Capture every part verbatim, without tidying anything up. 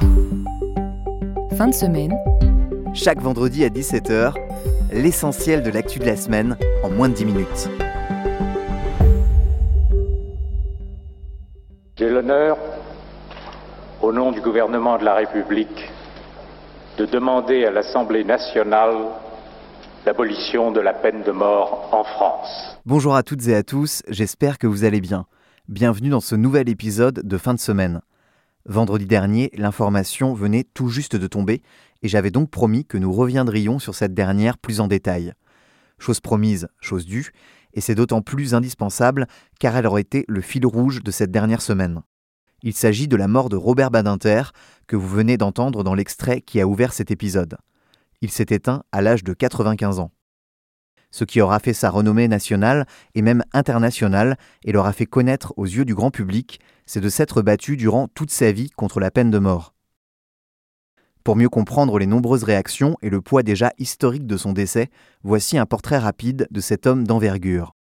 Fin de semaine. Chaque vendredi à dix-sept heures, l'essentiel de l'actu de la semaine en moins de dix minutes. J'ai l'honneur, au nom du gouvernement de la République, de demander à l'Assemblée nationale l'abolition de la peine de mort en France. Bonjour à toutes et à tous, j'espère que vous allez bien. Bienvenue dans ce nouvel épisode de fin de semaine. Vendredi dernier, l'information venait tout juste de tomber et j'avais donc promis que nous reviendrions sur cette dernière plus en détail. Chose promise, chose due, et c'est d'autant plus indispensable car elle aurait été le fil rouge de cette dernière semaine. Il s'agit de la mort de Robert Badinter, que vous venez d'entendre dans l'extrait qui a ouvert cet épisode. Il s'est éteint à l'âge de quatre-vingt-quinze ans. Ce qui aura fait sa renommée nationale et même internationale et l'aura fait connaître aux yeux du grand public, c'est de s'être battu durant toute sa vie contre la peine de mort. Pour mieux comprendre les nombreuses réactions et le poids déjà historique de son décès, voici un portrait rapide de cet homme d'envergure.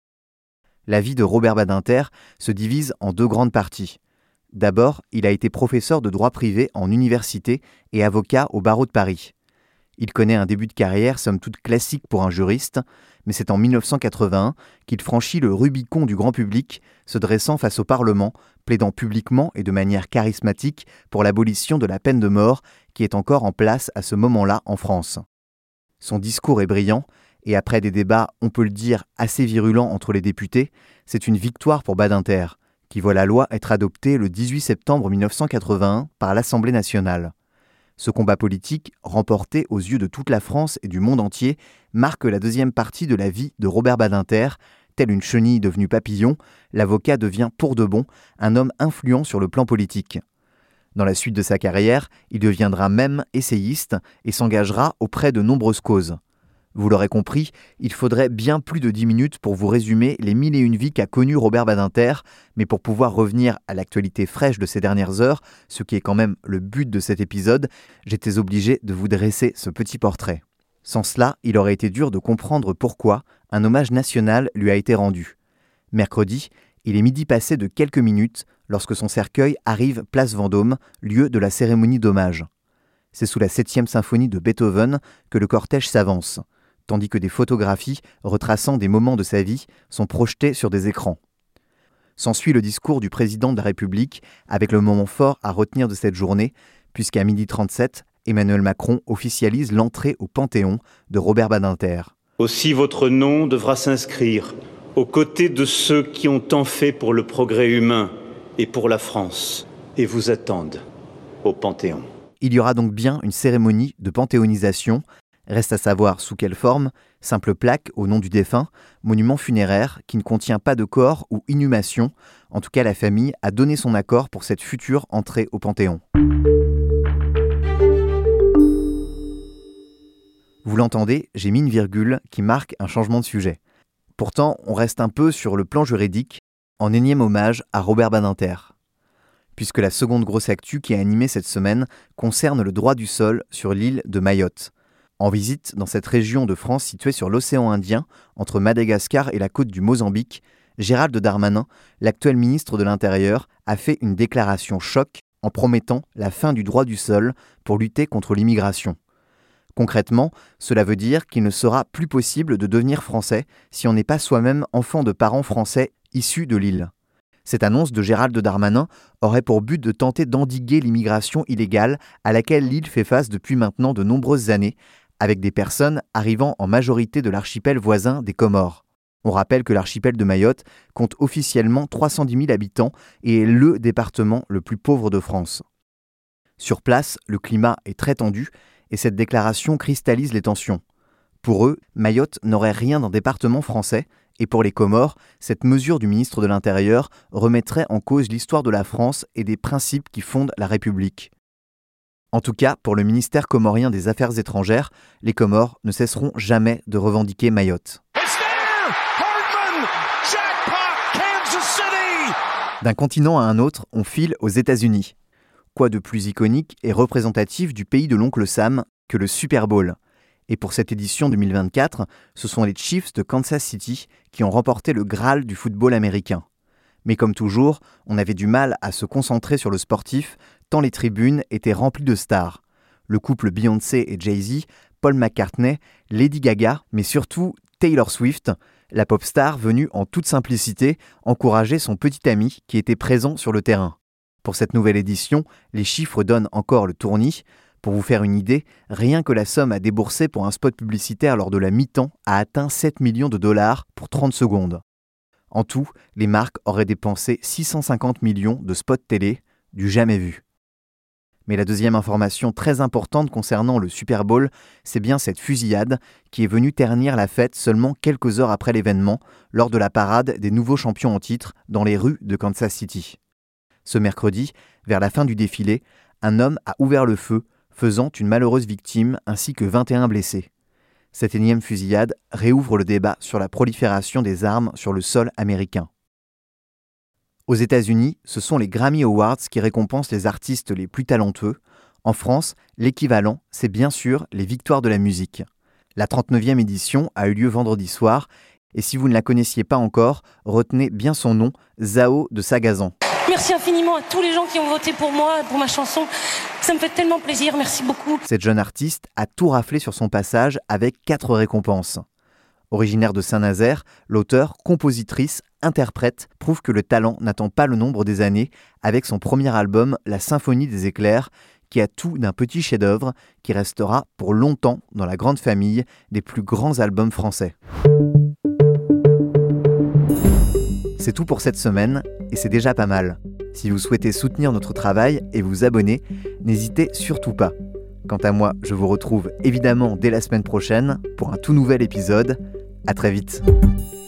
La vie de Robert Badinter se divise en deux grandes parties. D'abord, il a été professeur de droit privé en université et avocat au barreau de Paris. Il connaît un début de carrière somme toute classique pour un juriste, mais c'est en dix-neuf cent quatre-vingt-un qu'il franchit le Rubicon du grand public, se dressant face au Parlement, plaidant publiquement et de manière charismatique pour l'abolition de la peine de mort qui est encore en place à ce moment-là en France. Son discours est brillant, et après des débats, on peut le dire, assez virulents entre les députés, c'est une victoire pour Badinter, qui voit la loi être adoptée le dix-huit septembre mille neuf cent quatre-vingt-un par l'Assemblée nationale. Ce combat politique, remporté aux yeux de toute la France et du monde entier, marque la deuxième partie de la vie de Robert Badinter. Tel une chenille devenue papillon, l'avocat devient pour de bon un homme influent sur le plan politique. Dans la suite de sa carrière, il deviendra même essayiste et s'engagera auprès de nombreuses causes. Vous l'aurez compris, il faudrait bien plus de dix minutes pour vous résumer les mille et une vies qu'a connues Robert Badinter, mais pour pouvoir revenir à l'actualité fraîche de ces dernières heures, ce qui est quand même le but de cet épisode, j'étais obligé de vous dresser ce petit portrait. Sans cela, il aurait été dur de comprendre pourquoi un hommage national lui a été rendu. Mercredi, il est midi passé de quelques minutes lorsque son cercueil arrive place Vendôme, lieu de la cérémonie d'hommage. C'est sous la septième symphonie de Beethoven que le cortège s'avance, tandis que des photographies retraçant des moments de sa vie sont projetées sur des écrans. S'ensuit le discours du président de la République, avec le moment fort à retenir de cette journée, puisqu'à midi trente-sept, Emmanuel Macron officialise l'entrée au Panthéon de Robert Badinter. Aussi votre nom devra s'inscrire aux côtés de ceux qui ont tant fait pour le progrès humain et pour la France, et vous attendent au Panthéon. Il y aura donc bien une cérémonie de panthéonisation. Reste à savoir sous quelle forme, simple plaque au nom du défunt, monument funéraire qui ne contient pas de corps ou inhumation. En tout cas, la famille a donné son accord pour cette future entrée au Panthéon. Vous l'entendez, j'ai mis une virgule qui marque un changement de sujet. Pourtant, on reste un peu sur le plan juridique, en énième hommage à Robert Badinter. Puisque la seconde grosse actu qui a animé cette semaine concerne le droit du sol sur l'île de Mayotte. En visite dans cette région de France située sur l'océan Indien, entre Madagascar et la côte du Mozambique, Gérald Darmanin, l'actuel ministre de l'Intérieur, a fait une déclaration choc en promettant la fin du droit du sol pour lutter contre l'immigration. Concrètement, cela veut dire qu'il ne sera plus possible de devenir français si on n'est pas soi-même enfant de parents français issus de l'île. Cette annonce de Gérald Darmanin aurait pour but de tenter d'endiguer l'immigration illégale à laquelle l'île fait face depuis maintenant de nombreuses années, avec des personnes arrivant en majorité de l'archipel voisin des Comores. On rappelle que l'archipel de Mayotte compte officiellement trois cent dix mille habitants et est le département le plus pauvre de France. Sur place, le climat est très tendu et cette déclaration cristallise les tensions. Pour eux, Mayotte n'aurait rien d'un département français et pour les Comores, cette mesure du ministre de l'Intérieur remettrait en cause l'histoire de la France et des principes qui fondent la République. En tout cas, pour le ministère comorien des Affaires étrangères, les Comores ne cesseront jamais de revendiquer Mayotte. D'un continent à un autre, on file aux États-Unis. Quoi de plus iconique et représentatif du pays de l'oncle Sam que le Super Bowl ? Et pour cette édition deux mille vingt-quatre, ce sont les Chiefs de Kansas City qui ont remporté le Graal du football américain. Mais comme toujours, on avait du mal à se concentrer sur le sportif, tant les tribunes étaient remplies de stars. Le couple Beyoncé et Jay-Z, Paul McCartney, Lady Gaga, mais surtout Taylor Swift, la pop star venue en toute simplicité encourager son petit ami qui était présent sur le terrain. Pour cette nouvelle édition, les chiffres donnent encore le tournis. Pour vous faire une idée, rien que la somme à débourser pour un spot publicitaire lors de la mi-temps a atteint sept millions de dollars pour trente secondes. En tout, les marques auraient dépensé six cent cinquante millions de spots télé, du jamais vu. Mais la deuxième information très importante concernant le Super Bowl, c'est bien cette fusillade qui est venue ternir la fête seulement quelques heures après l'événement, lors de la parade des nouveaux champions en titre dans les rues de Kansas City. Ce mercredi, vers la fin du défilé, un homme a ouvert le feu, faisant une malheureuse victime ainsi que vingt et un blessés. Cette énième fusillade réouvre le débat sur la prolifération des armes sur le sol américain. Aux États-Unis, ce sont les Grammy Awards qui récompensent les artistes les plus talentueux. En France, l'équivalent, c'est bien sûr les victoires de la musique. La trente-neuvième édition a eu lieu vendredi soir, et si vous ne la connaissiez pas encore, retenez bien son nom, Zao de Sagazan. Merci infiniment à tous les gens qui ont voté pour moi, pour ma chanson. Ça me fait tellement plaisir, merci beaucoup. Cette jeune artiste a tout raflé sur son passage avec quatre récompenses. Originaire de Saint-Nazaire, l'auteur, compositrice, interprète prouve que le talent n'attend pas le nombre des années avec son premier album La Symphonie des éclairs qui a tout d'un petit chef-d'œuvre qui restera pour longtemps dans la grande famille des plus grands albums français. C'est tout pour cette semaine et c'est déjà pas mal. Si vous souhaitez soutenir notre travail et vous abonner, n'hésitez surtout pas. Quant à moi, je vous retrouve évidemment dès la semaine prochaine pour un tout nouvel épisode. À très vite.